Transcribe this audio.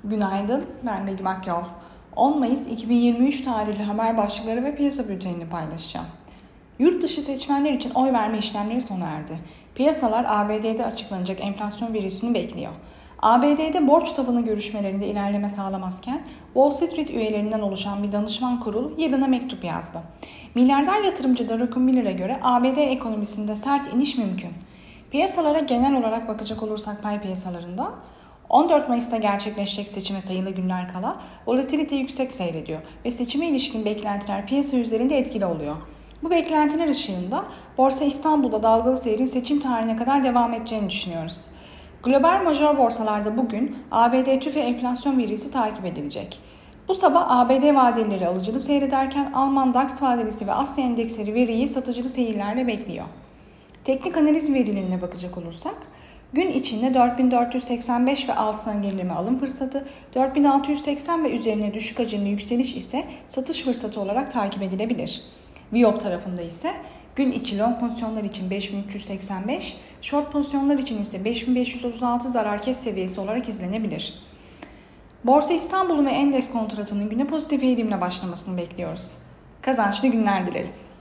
Günaydın, ben Begüm Akyol. 10 Mayıs 2023 tarihli haber başlıkları ve piyasa bültenini paylaşacağım. Yurt dışı seçmenler için oy verme işlemleri sona erdi. Piyasalar ABD'de açıklanacak enflasyon verisini bekliyor. ABD'de borç tavanı görüşmelerinde ilerleme sağlamazken Wall Street üyelerinden oluşan bir danışman kurulu yarına mektup yazdı. Milyarder yatırımcı Druckenmiller'a Miller'a göre ABD ekonomisinde sert iniş mümkün. Piyasalara genel olarak bakacak olursak pay piyasalarında 14 Mayıs'ta gerçekleşecek seçime sayılı günler kala volatilite yüksek seyrediyor ve seçime ilişkin beklentiler piyasa üzerinde etkili oluyor. Bu beklentiler ışığında Borsa İstanbul'da dalgalı seyrin seçim tarihine kadar devam edeceğini düşünüyoruz. Global major borsalarda bugün ABD tüfe enflasyon verisi takip edilecek. Bu sabah ABD vadeleri alıcılı seyrederken Alman DAX vadelisi ve Asya endeksleri veriyi satıcılı seyirlerle bekliyor. Teknik analiz verilerine bakacak olursak, gün içinde 4485 ve altına gerileme alım fırsatı, 4680 ve üzerine düşük hacimli yükseliş ise satış fırsatı olarak takip edilebilir. Viyop tarafında ise gün içi long pozisyonlar için 5385, short pozisyonlar için ise 5536 zarar kes seviyesi olarak izlenebilir. Borsa İstanbul ve endeks kontratının güne pozitif eğilimle başlamasını bekliyoruz. Kazançlı günler dileriz.